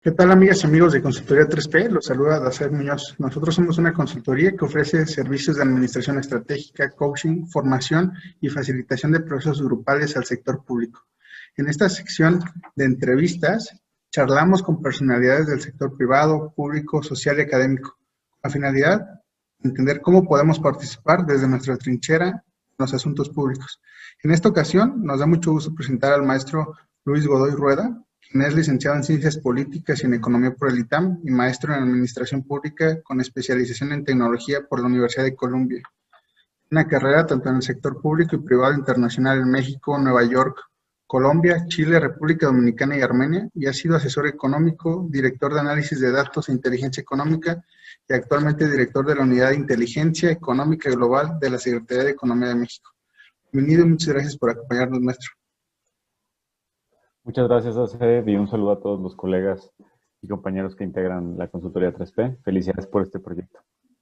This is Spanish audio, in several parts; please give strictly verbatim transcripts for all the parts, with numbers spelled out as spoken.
¿Qué tal, amigas y amigos de Consultoría tres P? Los saluda Dacer Muñoz. Nosotros somos una consultoría que ofrece servicios de administración estratégica, coaching, formación y facilitación de procesos grupales al sector público. En esta sección de entrevistas, charlamos con personalidades del sector privado, público, social y académico, con la finalidad de entender cómo podemos participar desde nuestra trinchera en los asuntos públicos. En esta ocasión, nos da mucho gusto presentar al maestro Luis Godoy Rueda, quien es licenciado en Ciencias Políticas y en Economía por el ITAM y maestro en Administración Pública con especialización en Tecnología por la Universidad de Columbia. Una carrera tanto en el sector público y privado internacional en México, Nueva York, Colombia, Chile, República Dominicana y Armenia, y ha sido asesor económico, director de análisis de datos e inteligencia económica y actualmente director de la Unidad de Inteligencia Económica Global de la Secretaría de Economía de México. Bienvenido y muchas gracias por acompañarnos, maestro. Muchas gracias, Aced, y un saludo a todos los colegas y compañeros que integran la Consultoría tres P. Felicidades por este proyecto.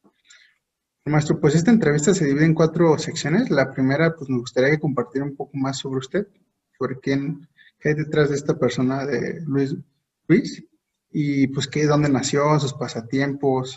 Maestro, pues esta entrevista se divide en cuatro secciones. La primera, pues me gustaría que compartiera un poco más sobre usted, sobre quién, qué hay detrás de esta persona de Luis Luis, y pues qué, dónde nació, sus pasatiempos,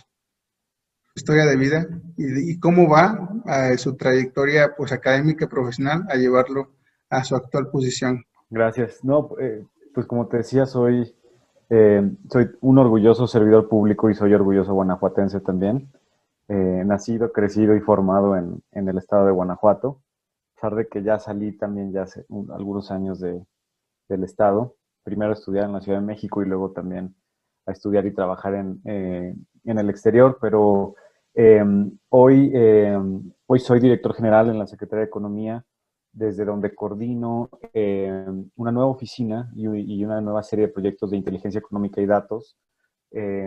su historia de vida, y, y cómo va a su trayectoria pues académica, profesional, a llevarlo a su actual posición. Gracias. No, eh, pues como te decía, soy, eh, soy un orgulloso servidor público y soy orgulloso guanajuatense también. Eh, nacido, crecido y formado en, en el estado de Guanajuato, a pesar de que ya salí también ya hace un- algunos años de, del estado. Primero a estudiar en la Ciudad de México y luego también a estudiar y trabajar en, eh, en el exterior, pero eh, hoy, eh, hoy soy director general en la Secretaría de Economía, desde donde coordino eh, una nueva oficina y, y, una nueva serie de proyectos de inteligencia económica y datos. Eh,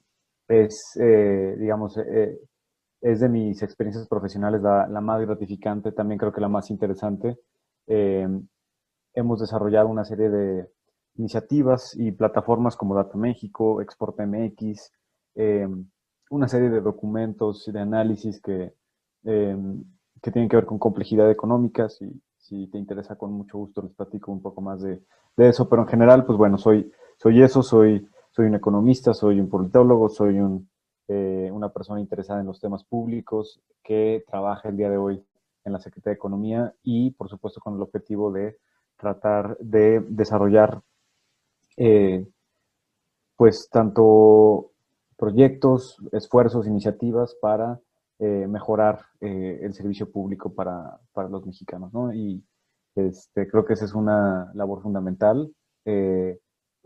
es, eh, digamos, eh, es de mis experiencias profesionales la, la, más gratificante, también creo que la más interesante. Eh, hemos desarrollado una serie de iniciativas y plataformas como Data México, Export M X, eh, una serie de documentos y de análisis que, eh, que tienen que ver con complejidad económica. Si, si te interesa, con mucho gusto les platico un poco más de, de eso, pero en general, pues bueno, soy, soy eso, soy, soy un economista, soy un politólogo, soy un, eh, una persona interesada en los temas públicos que trabaja el día de hoy en la Secretaría de Economía y, por supuesto, con el objetivo de tratar de desarrollar eh, pues tanto proyectos, esfuerzos, iniciativas para eh, mejorar eh, el servicio público para, para los mexicanos, ¿no? Y este, creo que esa es una labor fundamental, eh,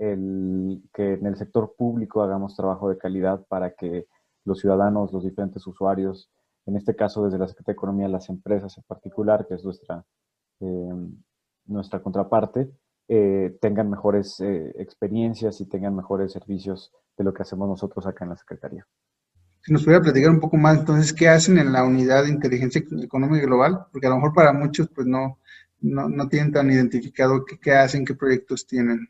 el que en el sector público hagamos trabajo de calidad para que los ciudadanos, los diferentes usuarios, en este caso desde la Secretaría de Economía, las empresas en particular, que es nuestra, eh, nuestra contraparte, eh, tengan mejores eh, experiencias y tengan mejores servicios de lo que hacemos nosotros acá en la Secretaría. Si nos pudiera platicar un poco más, entonces, ¿qué hacen en la Unidad de Inteligencia Económica Global? Porque a lo mejor para muchos, pues no, no, no tienen tan identificado qué, qué hacen, qué proyectos tienen.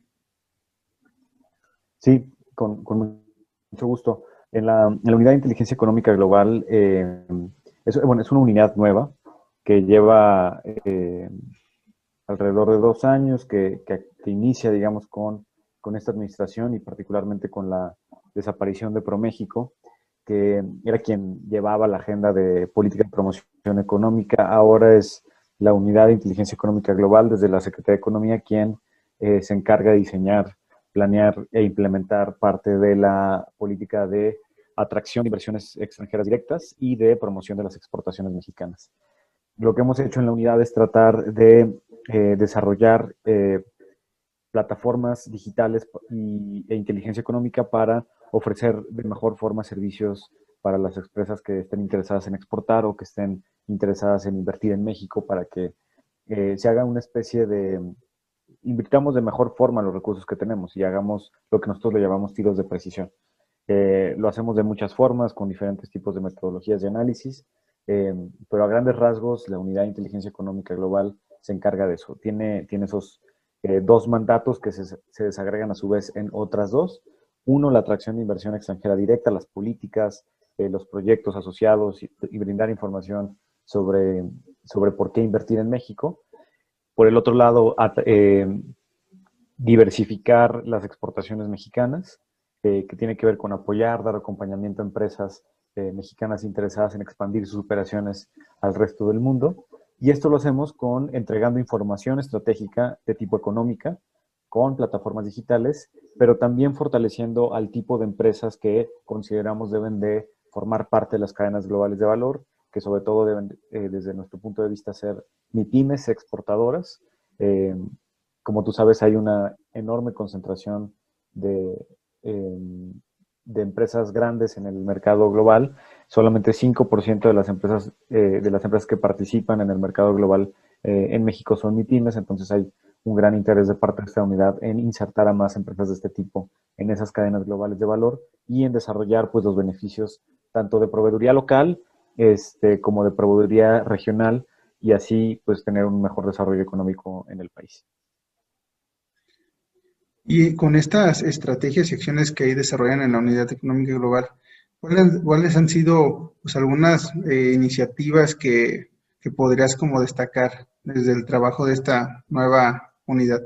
Sí, con, con mucho gusto. En la, en la Unidad de Inteligencia Económica Global, eh, es, bueno, es una unidad nueva que lleva eh, alrededor de dos años, que, que, que inicia, digamos, con, con esta administración y particularmente con la desaparición de ProMéxico, que era quien llevaba la agenda de política de promoción económica. Ahora es la Unidad de Inteligencia Económica Global desde la Secretaría de Economía quien eh, se encarga de diseñar, planear e implementar parte de la política de atracción de inversiones extranjeras directas y de promoción de las exportaciones mexicanas. Lo que hemos hecho en la unidad es tratar de eh, desarrollar eh, plataformas digitales y, e inteligencia económica para ofrecer de mejor forma servicios para las empresas que estén interesadas en exportar o que estén interesadas en invertir en México, para que eh, se haga una especie de, invirtamos de mejor forma los recursos que tenemos y hagamos lo que nosotros le llamamos tiros de precisión. Eh, lo hacemos de muchas formas, con diferentes tipos de metodologías de análisis, eh, pero a grandes rasgos la Unidad de Inteligencia Económica Global se encarga de eso. Tiene, tiene esos eh, dos mandatos que se, se desagregan a su vez en otras dos. Uno, la atracción de inversión extranjera directa, las políticas, eh, los proyectos asociados y, y brindar información sobre, sobre por qué invertir en México. Por el otro lado, at, eh, diversificar las exportaciones mexicanas eh, que tiene que ver con apoyar, dar acompañamiento a empresas eh, mexicanas interesadas en expandir sus operaciones al resto del mundo. Y esto lo hacemos con entregando información estratégica de tipo económica, con plataformas digitales, pero también fortaleciendo al tipo de empresas que consideramos deben de formar parte de las cadenas globales de valor, que sobre todo deben, eh, desde nuestro punto de vista, ser MIPYMES exportadoras. Eh, como tú sabes, hay una enorme concentración de, eh, de empresas grandes en el mercado global. Solamente cinco por ciento de las empresas, eh, de las empresas que participan en el mercado global eh, en México son MIPYMES, entonces hay un gran interés de parte de esta unidad en insertar a más empresas de este tipo en esas cadenas globales de valor y en desarrollar pues, los beneficios tanto de proveeduría local este, como de proveeduría regional y así pues tener un mejor desarrollo económico en el país. Y con estas estrategias y acciones que ahí desarrollan en la Unidad Económica Global, ¿cuáles, cuáles han sido pues, algunas eh, iniciativas que, que podrías como destacar desde el trabajo de esta nueva unidad?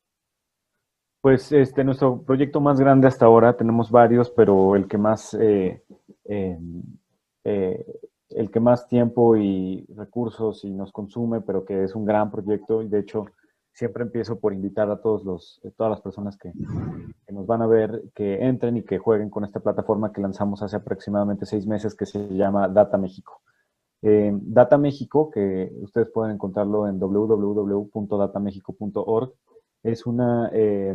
Pues este, nuestro proyecto más grande hasta ahora, tenemos varios, pero el que más, eh, eh, eh, el que más tiempo y recursos y nos consume, pero que es un gran proyecto, y de hecho siempre empiezo por invitar a todos los, todas las personas que, que nos van a ver, que entren y que jueguen con esta plataforma que lanzamos hace aproximadamente seis meses, que se llama Data México. Eh, Data México, que ustedes pueden encontrarlo en w w w punto data mexico punto org, es una, eh,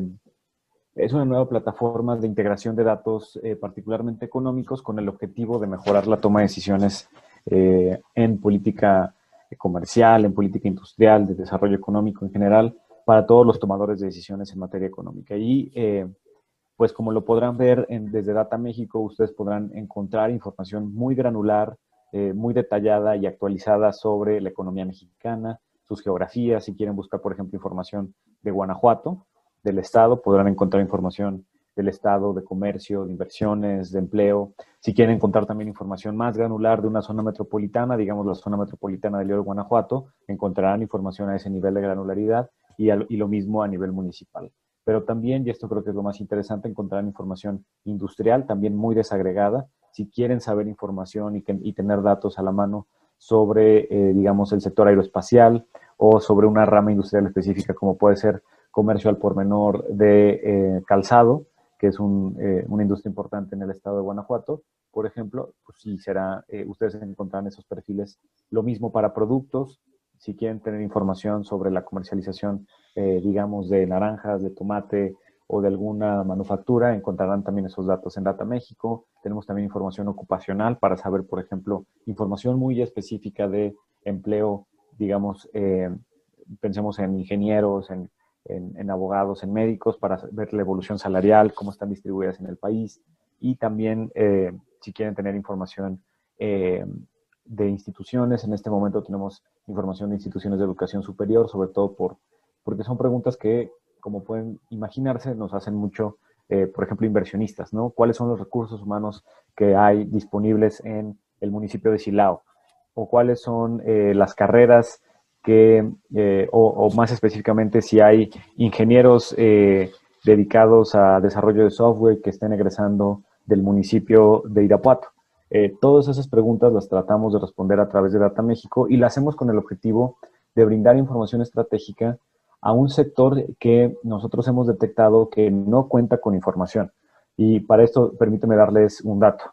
es una nueva plataforma de integración de datos eh, particularmente económicos con el objetivo de mejorar la toma de decisiones eh, en política comercial, en política industrial, de desarrollo económico en general, para todos los tomadores de decisiones en materia económica. Y eh, pues como lo podrán ver en, desde Data México, ustedes podrán encontrar información muy granular, eh, muy detallada y actualizada sobre la economía mexicana, sus geografías. Si quieren buscar, por ejemplo, información de Guanajuato, del Estado, podrán encontrar información del Estado, de comercio, de inversiones, de empleo. Si quieren encontrar también información más granular de una zona metropolitana, digamos la zona metropolitana de León, Guanajuato, encontrarán información a ese nivel de granularidad y, a, y lo mismo a nivel municipal. Pero también, y esto creo que es lo más interesante, encontrar información industrial, también muy desagregada. Si quieren saber información y, que, y tener datos a la mano sobre, eh, digamos, el sector aeroespacial o sobre una rama industrial específica, como puede ser comercio al por menor de eh, calzado, que es un, eh, una industria importante en el estado de Guanajuato, por ejemplo, pues sí será, eh, ustedes encontrarán esos perfiles. Lo mismo para productos. Si quieren tener información sobre la comercialización, eh, digamos, de naranjas, de tomate o de alguna manufactura, encontrarán también esos datos en Data México. Tenemos también información ocupacional para saber, por ejemplo, información muy específica de empleo, digamos, eh, pensemos en ingenieros, en, en, en abogados, en médicos, para ver la evolución salarial, cómo están distribuidas en el país. Y también, eh, si quieren tener información eh, de instituciones, en este momento tenemos información de instituciones de educación superior, sobre todo por, porque son preguntas que, como pueden imaginarse, nos hacen mucho, eh, por ejemplo, inversionistas, ¿no? ¿Cuáles son los recursos humanos que hay disponibles en el municipio de Silao? ¿O cuáles son eh, las carreras que, eh, o, o, más específicamente, si hay ingenieros eh, dedicados a desarrollo de software que estén egresando del municipio de Irapuato? Eh, todas esas preguntas las tratamos de responder a través de Data México y las hacemos con el objetivo de brindar información estratégica a un sector que nosotros hemos detectado que no cuenta con información. Y para esto, permíteme darles un dato.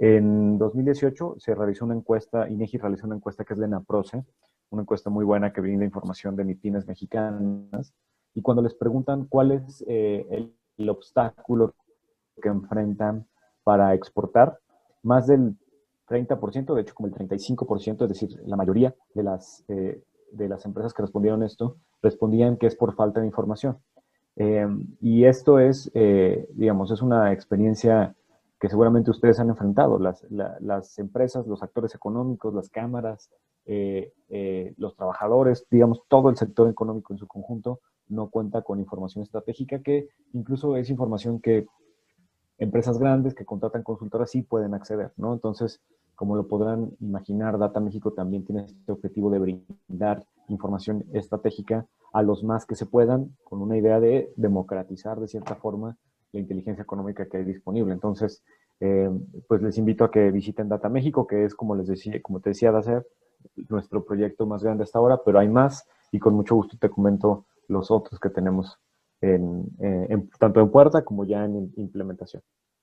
En dos mil dieciocho se realizó una encuesta, INEGI realizó una encuesta que es la ENAPROCE, una encuesta muy buena que brinda información de MIPYMES mexicanas, y cuando les preguntan cuál es eh, el, el obstáculo que enfrentan para exportar, más del treinta por ciento, de hecho como el treinta y cinco por ciento, es decir, la mayoría de las, eh, de las empresas que respondieron esto, respondían que es por falta de información. Eh, y esto es, eh, digamos, es una experiencia que seguramente ustedes han enfrentado. Las, la, las empresas, los actores económicos, las cámaras, eh, eh, los trabajadores, digamos, todo el sector económico en su conjunto no cuenta con información estratégica, que incluso es información que empresas grandes que contratan consultoras sí pueden acceder, ¿no? Entonces, como lo podrán imaginar, Data México también tiene este objetivo de brindar información estratégica a los más que se puedan, con una idea de democratizar de cierta forma la inteligencia económica que hay disponible. Entonces, eh, pues les invito a que visiten Data México, que es, como les decía, como te decía, Dacer, nuestro proyecto más grande hasta ahora, pero hay más y con mucho gusto te comento los otros que tenemos en, eh, en, tanto en puerta como ya en implementación.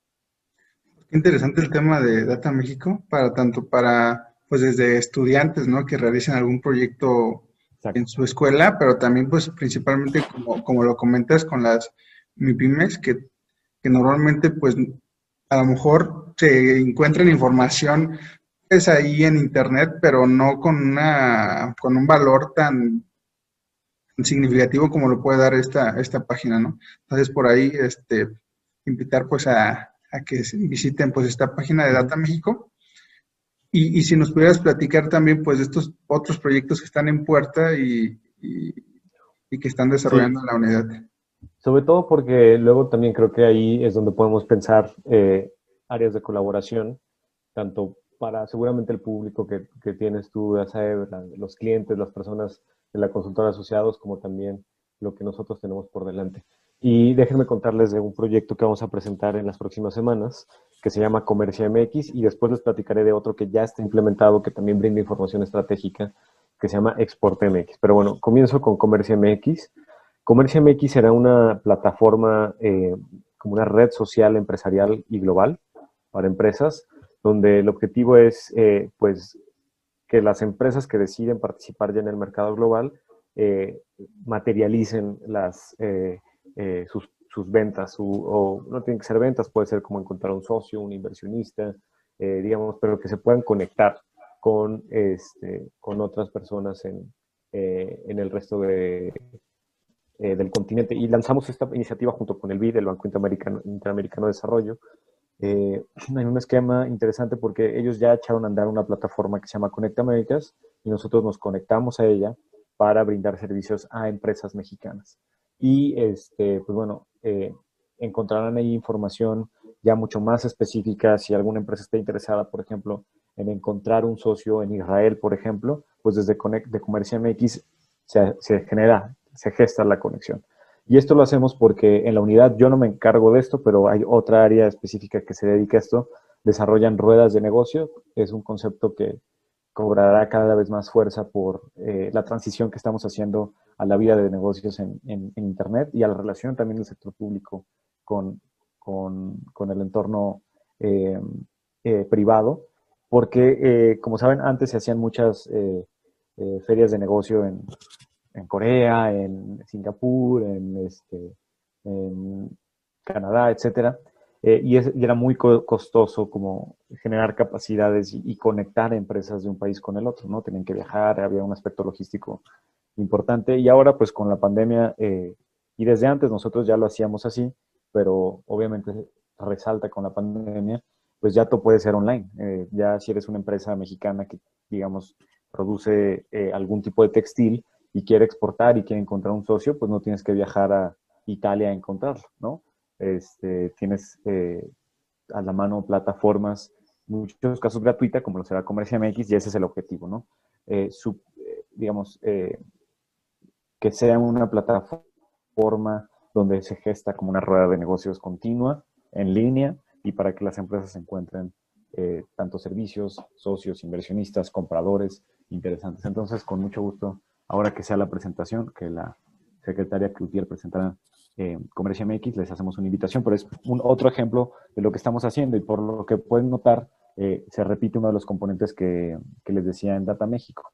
Qué interesante el tema de Data México, para tanto para, pues desde estudiantes, ¿no? Que realicen algún proyecto Exacto. en su escuela, pero también, pues, principalmente, como, como lo comentas, con las MIPYMES, que, que normalmente, pues, a lo mejor se encuentran información, pues, ahí en Internet, pero no con una, con un valor tan significativo como lo puede dar esta, esta página, ¿no? Entonces, por ahí, este, invitar, pues, a, a que visiten, pues, esta página de Data México. Y, y si nos pudieras platicar también, pues, de estos otros proyectos que están en puerta y, y, y que están Sí, desarrollando en la unidad. sobre todo porque luego también creo que ahí es donde podemos pensar eh, áreas de colaboración, tanto para seguramente el público que, que tienes tú, ya sabes, los clientes, las personas de la consultora asociados, como también lo que nosotros tenemos por delante. Y déjenme contarles de un proyecto que vamos a presentar en las próximas semanas, que se llama Comercia M X, y después les platicaré de otro que ya está implementado, que también brinda información estratégica, que se llama Export M X. Pero bueno, comienzo con Comercia M X. Comercia M X será una plataforma, eh, como una red social, empresarial y global para empresas, donde el objetivo es, eh, pues, que las empresas que deciden participar ya en el mercado global eh, materialicen las, eh, eh, sus, sus, ventas, su, o no tienen que ser ventas, puede ser como encontrar un socio, un inversionista, eh, digamos, pero que se puedan conectar con, este, con otras personas en, eh, en el resto de, eh, del continente. Y lanzamos esta iniciativa junto con el B I D, el Banco Interamericano, Interamericano de Desarrollo, eh, en un esquema interesante porque ellos ya echaron a andar una plataforma que se llama Conecta Américas y nosotros nos conectamos a ella para brindar servicios a empresas mexicanas. Y, este, pues bueno, eh, encontrarán ahí información ya mucho más específica. Si alguna empresa está interesada, por ejemplo, en encontrar un socio en Israel, por ejemplo, pues desde Conect, de Comercia M X se, se genera, se gesta la conexión. Y esto lo hacemos porque en la unidad yo no me encargo de esto, pero hay otra área específica que se dedica a esto. Desarrollan ruedas de negocio. Es un concepto que cobrará cada vez más fuerza por eh, la transición que estamos haciendo a la vida de negocios en, en, en Internet y a la relación también del sector público con, con, con el entorno eh, eh, privado. Porque, eh, como saben, antes se hacían muchas eh, eh, ferias de negocio en, en Corea, en Singapur, en, este, en Canadá, etcétera. Eh, y, es, y era muy co costoso como generar capacidades y, y conectar empresas de un país con el otro, ¿no? Tenían que viajar, había un aspecto logístico importante. Y ahora, pues con la pandemia, eh, y desde antes nosotros ya lo hacíamos así, pero obviamente resalta con la pandemia, pues ya todo puede ser online. Eh, ya si eres una empresa mexicana que, digamos, produce eh, algún tipo de textil, y quiere exportar y quiere encontrar un socio, pues no tienes que viajar a Italia a encontrarlo, ¿no? Este, tienes eh, a la mano plataformas, en muchos casos gratuitas, como lo será Comercia M X, y ese es el objetivo, ¿no? Eh, su, eh, digamos, eh, que sea una plataforma donde se gesta como una rueda de negocios continua, en línea, y para que las empresas encuentren eh, tanto servicios, socios, inversionistas, compradores interesantes. Entonces, con mucho gusto, ahora que sea la presentación, que la secretaria Cloutier presentará eh, Comercia M X, les hacemos una invitación, pero es un otro ejemplo de lo que estamos haciendo y por lo que pueden notar, eh, se repite uno de los componentes que, que les decía en Data México.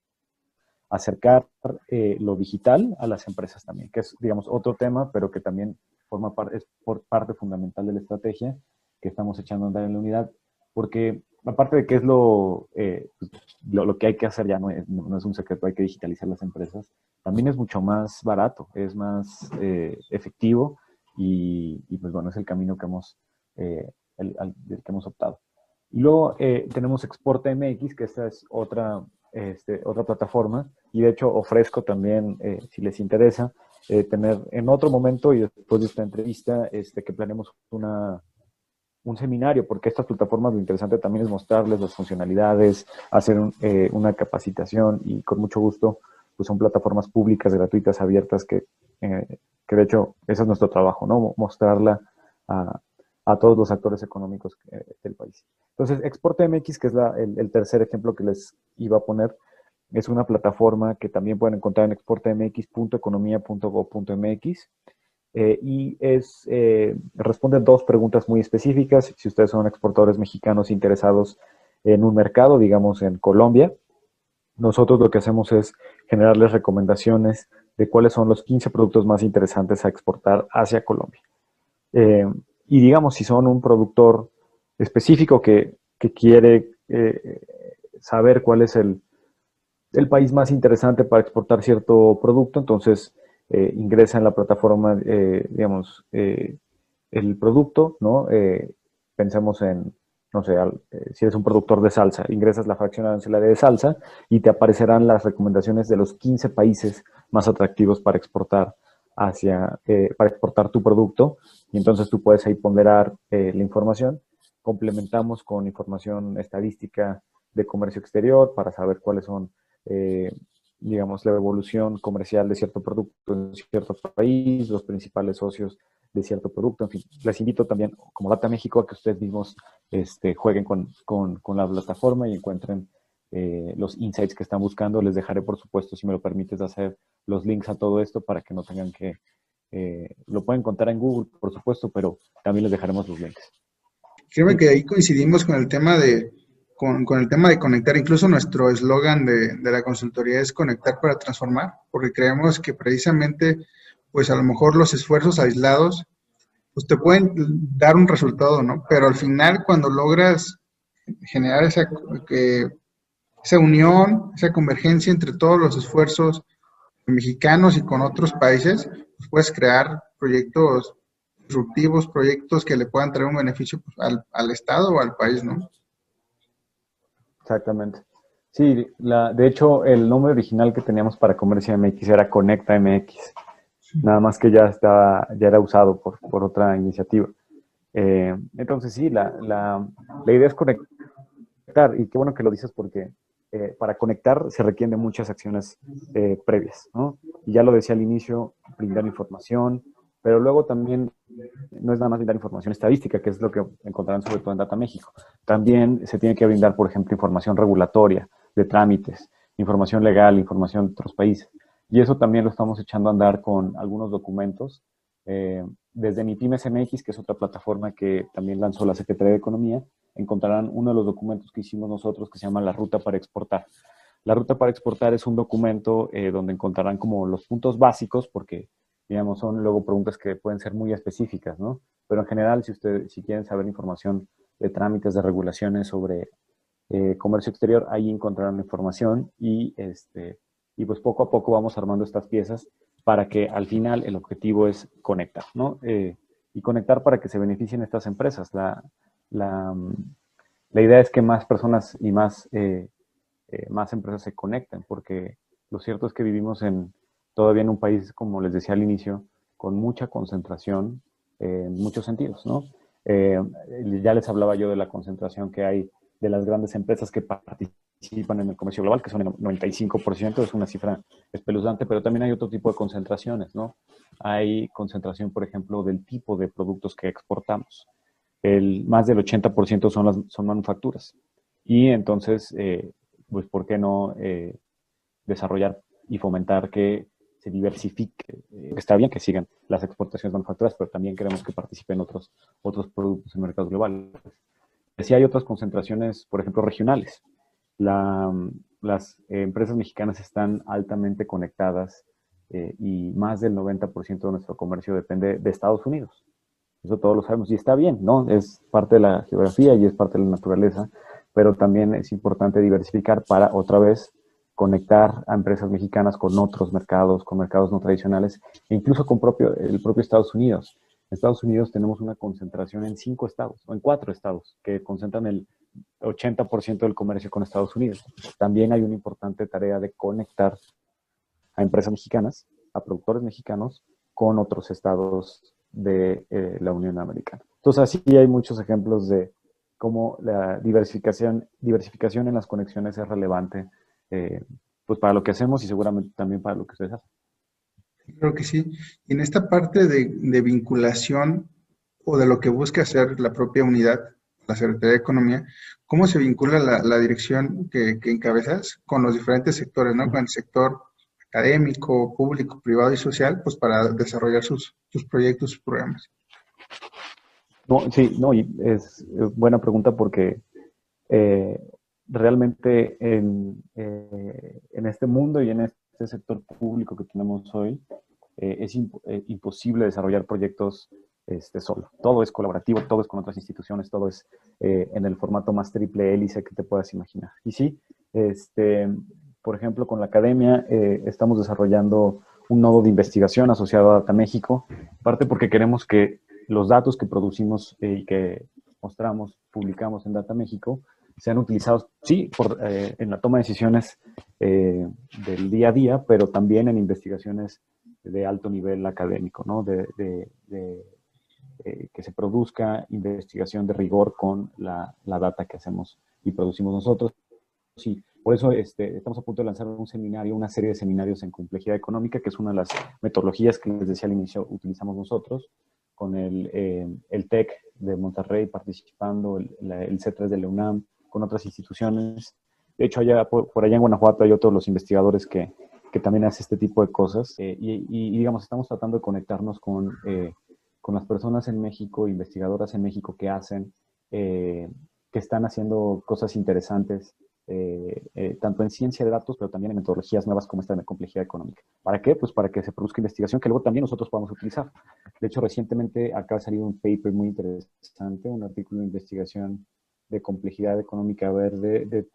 Acercar eh, lo digital a las empresas también, que es, digamos, otro tema, pero que también forma parte, es por parte fundamental de la estrategia que estamos echando a andar en la unidad, porque aparte de que es lo, eh, lo, lo, que hay que hacer, ya no es, no es un secreto, hay que digitalizar las empresas, también es mucho más barato, es más eh, efectivo y, y, pues bueno, es el camino que hemos, eh, el, el, el que hemos optado. Y luego eh, tenemos Exporta M X, que esta es otra, este, otra plataforma, y de hecho ofrezco también, eh, si les interesa, eh, tener en otro momento y después de esta entrevista, este, que planeemos una, un seminario, porque estas plataformas lo interesante también es mostrarles las funcionalidades, hacer un, eh, una capacitación y con mucho gusto, pues son plataformas públicas, gratuitas, abiertas, que, eh, que de hecho ese es nuestro trabajo, ¿no? Mostrarla a, a todos los actores económicos eh, del país. Entonces, Exporta M X, que es la, el, el tercer ejemplo que les iba a poner, es una plataforma que también pueden encontrar en exporta m x punto economía punto gob punto m x. Eh, y es, eh, responde dos preguntas muy específicas. Si ustedes son exportadores mexicanos interesados en un mercado, digamos en Colombia, nosotros lo que hacemos es generarles recomendaciones de cuáles son los quince productos más interesantes a exportar hacia Colombia. Eh, y digamos, si son un productor específico que, que quiere eh, saber cuál es el, el país más interesante para exportar cierto producto, entonces eh, ingresa en la plataforma, eh, digamos, eh, el producto, ¿no? Eh, pensemos en, no sé, al, eh, si eres un productor de salsa, ingresas la fracción arancelaria de salsa y te aparecerán las recomendaciones de los quince países más atractivos para exportar hacia, eh, para exportar tu producto, y entonces tú puedes ahí ponderar eh, la información. Complementamos con información estadística de comercio exterior para saber cuáles son eh, digamos, la evolución comercial de cierto producto en cierto país, los principales socios de cierto producto, en fin. Les invito también, como Data México, a que ustedes mismos este, jueguen con, con, con, la plataforma y encuentren eh, los insights que están buscando. Les dejaré, por supuesto, si me lo permites, hacer los links a todo esto para que no tengan que... Eh, lo pueden encontrar en Google, por supuesto, pero también les dejaremos los links. Creo sí. que ahí coincidimos con el tema de Con, con, el tema de conectar, incluso nuestro eslogan de, de la consultoría es conectar para transformar, porque creemos que precisamente, pues a lo mejor los esfuerzos aislados, pues te pueden dar un resultado, ¿no? Pero al final, cuando logras generar esa, que, esa unión, esa convergencia entre todos los esfuerzos mexicanos y con otros países, pues puedes crear proyectos disruptivos, proyectos que le puedan traer un beneficio pues, al, al Estado o al país, ¿no? Exactamente. Sí, la, de hecho, el nombre original que teníamos para Comercio M X era Conecta M X. Sí. Nada más que ya estaba, ya era usado por, por otra iniciativa. Eh, entonces, sí, la, la, la idea es conectar, y qué bueno que lo dices porque eh, para conectar se requieren de muchas acciones eh, previas, ¿no? Y ya lo decía al inicio, brindar información, pero luego también no es nada más brindar información estadística, que es lo que encontrarán sobre todo en Data México. También se tiene que brindar, por ejemplo, información regulatoria, de trámites, información legal, información de otros países. Y eso también lo estamos echando a andar con algunos documentos. Eh, desde MIPYMES M X, que es otra plataforma que también lanzó la Secretaría de Economía, encontrarán uno de los documentos que hicimos nosotros que se llama la Ruta para Exportar. La Ruta para Exportar es un documento eh, donde encontrarán como los puntos básicos, porque digamos, son luego preguntas que pueden ser muy específicas, ¿no? Pero en general, si ustedes si quieren saber información de trámites, de regulaciones sobre eh, comercio exterior, ahí encontrarán información y, este, y pues poco a poco vamos armando estas piezas para que al final el objetivo es conectar, ¿no? Eh, y conectar para que se beneficien estas empresas. La, la, la idea es que más personas y más, eh, eh, más empresas se conecten, porque lo cierto es que vivimos en todavía en un país, como les decía al inicio, con mucha concentración eh, en muchos sentidos, ¿no? Eh, ya les hablaba yo de la concentración que hay de las grandes empresas que participan en el comercio global, que son el noventa y cinco por ciento, es una cifra espeluznante, pero también hay otro tipo de concentraciones, ¿no? Hay concentración, por ejemplo, del tipo de productos que exportamos. El, más del ochenta por ciento son, las, son manufacturas. Y entonces, eh, pues, ¿por qué no eh, desarrollar y fomentar que se diversifique? Eh, está bien que sigan las exportaciones manufacturas, pero también queremos que participen otros, otros productos en mercados globales. Sí hay otras concentraciones, por ejemplo, regionales. La, las eh, empresas mexicanas están altamente conectadas eh, y más del noventa por ciento de nuestro comercio depende de Estados Unidos. Eso todos lo sabemos y está bien, ¿no? Es parte de la geografía y es parte de la naturaleza, pero también es importante diversificar para, otra vez, conectar a empresas mexicanas con otros mercados, con mercados no tradicionales, e incluso con propio, el propio Estados Unidos. En Estados Unidos tenemos una concentración en cinco estados, o en cuatro estados, que concentran el ochenta por ciento del comercio con Estados Unidos. También hay una importante tarea de conectar a empresas mexicanas, a productores mexicanos, con otros estados de eh, la Unión Americana. Entonces, así hay muchos ejemplos de cómo la diversificación, diversificación en las conexiones es relevante eh, pues para lo que hacemos y seguramente también para lo que ustedes hacen. Creo que sí. Y en esta parte de, de vinculación, o de lo que busca hacer la propia unidad, la Secretaría de Economía, ¿cómo se vincula la, la dirección que, que encabezas con los diferentes sectores, ¿no? Con el sector académico, público, privado y social, pues para desarrollar sus, sus proyectos, sus programas? No, sí, no, y es eh, buena pregunta porque eh, realmente en, eh, en este mundo y en este sector público que tenemos hoy, eh, es imp eh, imposible desarrollar proyectos este, solo. Todo es colaborativo, todo es con otras instituciones, todo es eh, en el formato más triple hélice que te puedas imaginar. Y sí, este, por ejemplo, con la academia eh, estamos desarrollando un nodo de investigación asociado a Data México, parte porque queremos que los datos que producimos eh, y que mostramos, publicamos en Data México, sean utilizados, sí, por, eh, en la toma de decisiones eh, del día a día, pero también en investigaciones de alto nivel académico, ¿no? De, de, de eh, que se produzca investigación de rigor con la, la, data que hacemos y producimos nosotros. Sí, por eso este, estamos a punto de lanzar un seminario, una serie de seminarios en complejidad económica, que es una de las metodologías que les decía al inicio utilizamos nosotros, con el, eh, el TEC de Monterrey participando, el, la, el C tres de la UNAM, con otras instituciones. De hecho, allá, por, por allá en Guanajuato hay otros los investigadores que, que también hacen este tipo de cosas. Eh, y, y, y, digamos, estamos tratando de conectarnos con, eh, con las personas en México, investigadoras en México que hacen, eh, que están haciendo cosas interesantes, eh, eh, tanto en ciencia de datos, pero también en metodologías nuevas como esta de complejidad económica. ¿Para qué? Pues para que se produzca investigación que luego también nosotros podamos utilizar. De hecho, recientemente acaba de salir un paper muy interesante, un artículo de investigación de complejidad económica verde de,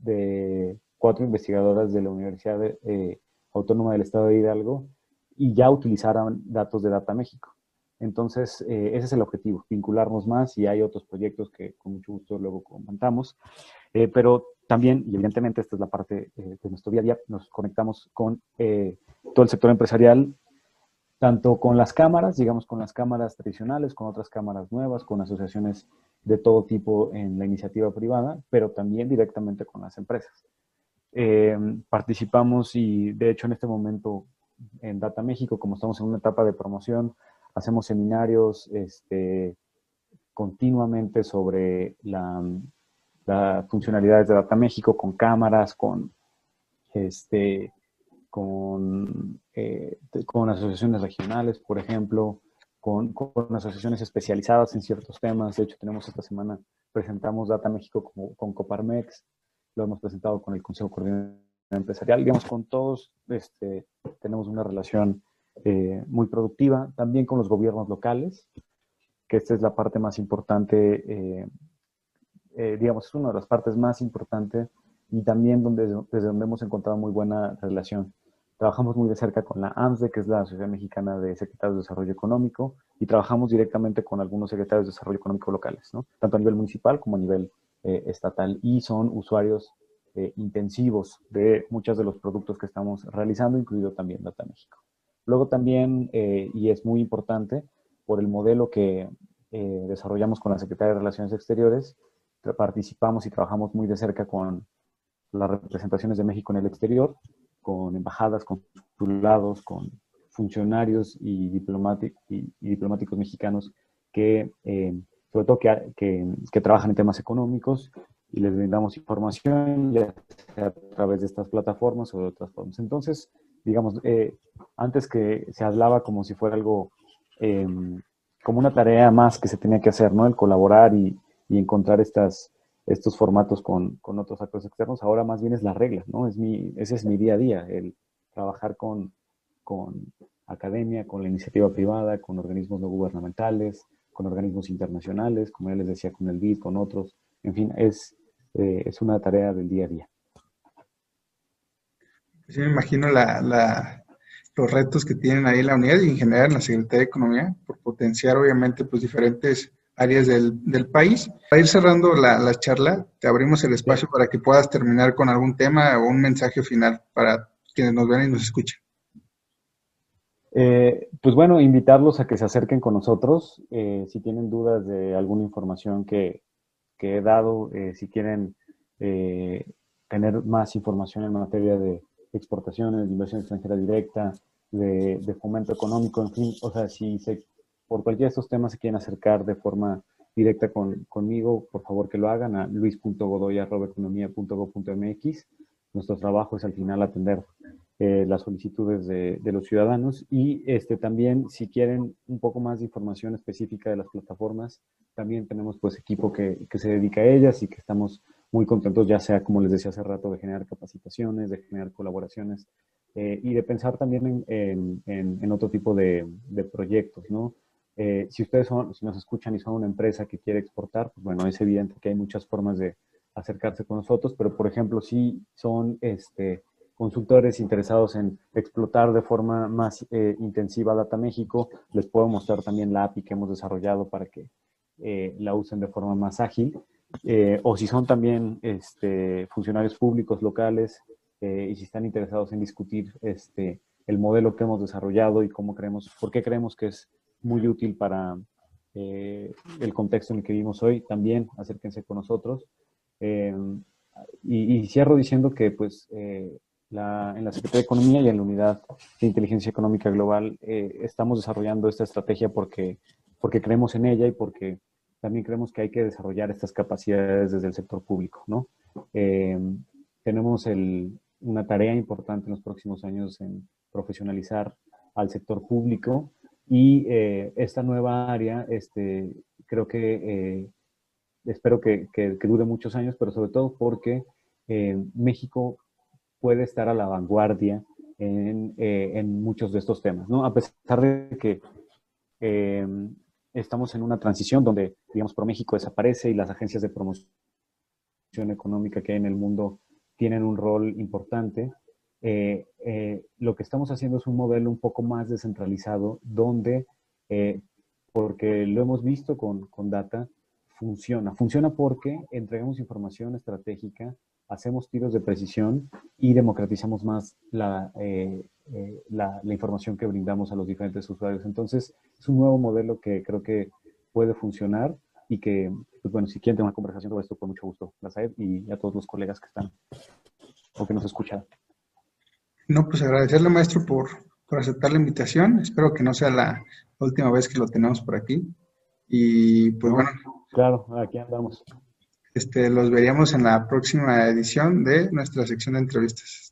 de cuatro investigadoras de la Universidad de, eh, Autónoma del Estado de Hidalgo, y ya utilizaron datos de Data México. Entonces, eh, ese es el objetivo, vincularnos más, y hay otros proyectos que con mucho gusto luego comentamos. Eh, pero también, y evidentemente esta es la parte eh, de nuestro día a día, nos conectamos con eh, todo el sector empresarial, tanto con las cámaras, digamos con las cámaras tradicionales, con otras cámaras nuevas, con asociaciones de todo tipo en la iniciativa privada, pero también directamente con las empresas. Eh, participamos y de hecho en este momento en Data México, como estamos en una etapa de promoción, hacemos seminarios este, continuamente sobre la, las funcionalidades de Data México, con cámaras, con, este, con, eh, con asociaciones regionales, por ejemplo, con, con asociaciones especializadas en ciertos temas. De hecho, tenemos esta semana, presentamos Data México con, con Coparmex, lo hemos presentado con el Consejo Coordinador Empresarial, digamos, con todos este, tenemos una relación eh, muy productiva, también con los gobiernos locales, que esta es la parte más importante, eh, eh, digamos, es una de las partes más importantes, y también donde, desde donde hemos encontrado muy buena relación. Trabajamos muy de cerca con la AMSDE, que es la Asociación Mexicana de Secretarios de Desarrollo Económico, y trabajamos directamente con algunos secretarios de desarrollo económico locales, ¿no? Tanto a nivel municipal como a nivel eh, estatal, y son usuarios eh, intensivos de muchos de los productos que estamos realizando, incluido también Data México. Luego también, eh, y es muy importante, por el modelo que eh, desarrollamos con la Secretaría de Relaciones Exteriores, participamos y trabajamos muy de cerca con las representaciones de México en el exterior, con embajadas, con consulados, con funcionarios y, diplomáticos, y, y diplomáticos mexicanos que, eh, sobre todo, que, que, que trabajan en temas económicos, y les brindamos información, ya sea a través de estas plataformas o de otras formas. Entonces, digamos, eh, antes que se hablaba como si fuera algo, eh, como una tarea más que se tenía que hacer, ¿no? El colaborar y, y encontrar estas, estos formatos con, con otros actores externos, ahora más bien es la regla, ¿no? Es mi, ese es mi día a día, el trabajar con, con academia, con la iniciativa privada, con organismos no gubernamentales, con organismos internacionales, como ya les decía, con el B I D, con otros. En fin, es, eh, es una tarea del día a día. Sí, me imagino la, la, los retos que tienen ahí en la unidad y en general en la Secretaría de Economía por potenciar obviamente pues diferentes áreas del, del país. Para ir cerrando la, la charla, te abrimos el espacio para que puedas terminar con algún tema o un mensaje final para quienes nos ven y nos escuchan. Eh, pues bueno, invitarlos a que se acerquen con nosotros, eh, si tienen dudas de alguna información que, que he dado, eh, si quieren eh, tener más información en materia de exportaciones, de inversión extranjera directa, de, de fomento económico, en fin, o sea, si se por cualquiera de estos temas se quieren acercar de forma directa con, conmigo, por favor que lo hagan a luis punto godoy arroba economía punto gob punto mx. Nuestro trabajo es al final atender eh, las solicitudes de, de los ciudadanos y este, también si quieren un poco más de información específica de las plataformas, también tenemos pues equipo que, que se dedica a ellas y que estamos muy contentos, ya sea como les decía hace rato, de generar capacitaciones, de generar colaboraciones eh, y de pensar también en, en, en, en otro tipo de, de proyectos, ¿no? Eh, si ustedes son, si nos escuchan y son una empresa que quiere exportar, pues bueno, es evidente que hay muchas formas de acercarse con nosotros, pero por ejemplo, si son este, consultores interesados en explotar de forma más eh, intensiva Data México, les puedo mostrar también la A P I que hemos desarrollado para que eh, la usen de forma más ágil. Eh, o si son también este, funcionarios públicos locales eh, y si están interesados en discutir este, el modelo que hemos desarrollado y cómo creemos, por qué creemos que es muy útil para eh, el contexto en el que vivimos hoy, también acérquense con nosotros. Eh, y, y cierro diciendo que pues, eh, la, en la Secretaría de Economía y en la Unidad de Inteligencia Económica Global eh, estamos desarrollando esta estrategia porque, porque creemos en ella y porque también creemos que hay que desarrollar estas capacidades desde el sector público, ¿no? Eh, tenemos el, una tarea importante en los próximos años en profesionalizar al sector público y eh, esta nueva área, este, creo que eh, espero que, que, que, dure muchos años, pero sobre todo porque eh, México puede estar a la vanguardia en, eh, en, muchos de estos temas, ¿no? A pesar de que eh, estamos en una transición donde, digamos, ProMéxico desaparece y las agencias de promoción económica que hay en el mundo tienen un rol importante. Eh, eh, lo que estamos haciendo es un modelo un poco más descentralizado donde, eh, porque lo hemos visto con, con Data, funciona. Funciona porque entregamos información estratégica, hacemos tiros de precisión y democratizamos más la, eh, eh, la, la información que brindamos a los diferentes usuarios. Entonces, es un nuevo modelo que creo que puede funcionar y que, pues bueno, si quieren tener una conversación sobre esto, con mucho gusto, la S A E B y a todos los colegas que están o que nos escuchan. No, pues agradecerle, maestro, por, por aceptar la invitación. Espero que no sea la última vez que lo tenemos por aquí. Y pues no, bueno. Claro, aquí andamos. Este, los veríamos en la próxima edición de nuestra sección de entrevistas.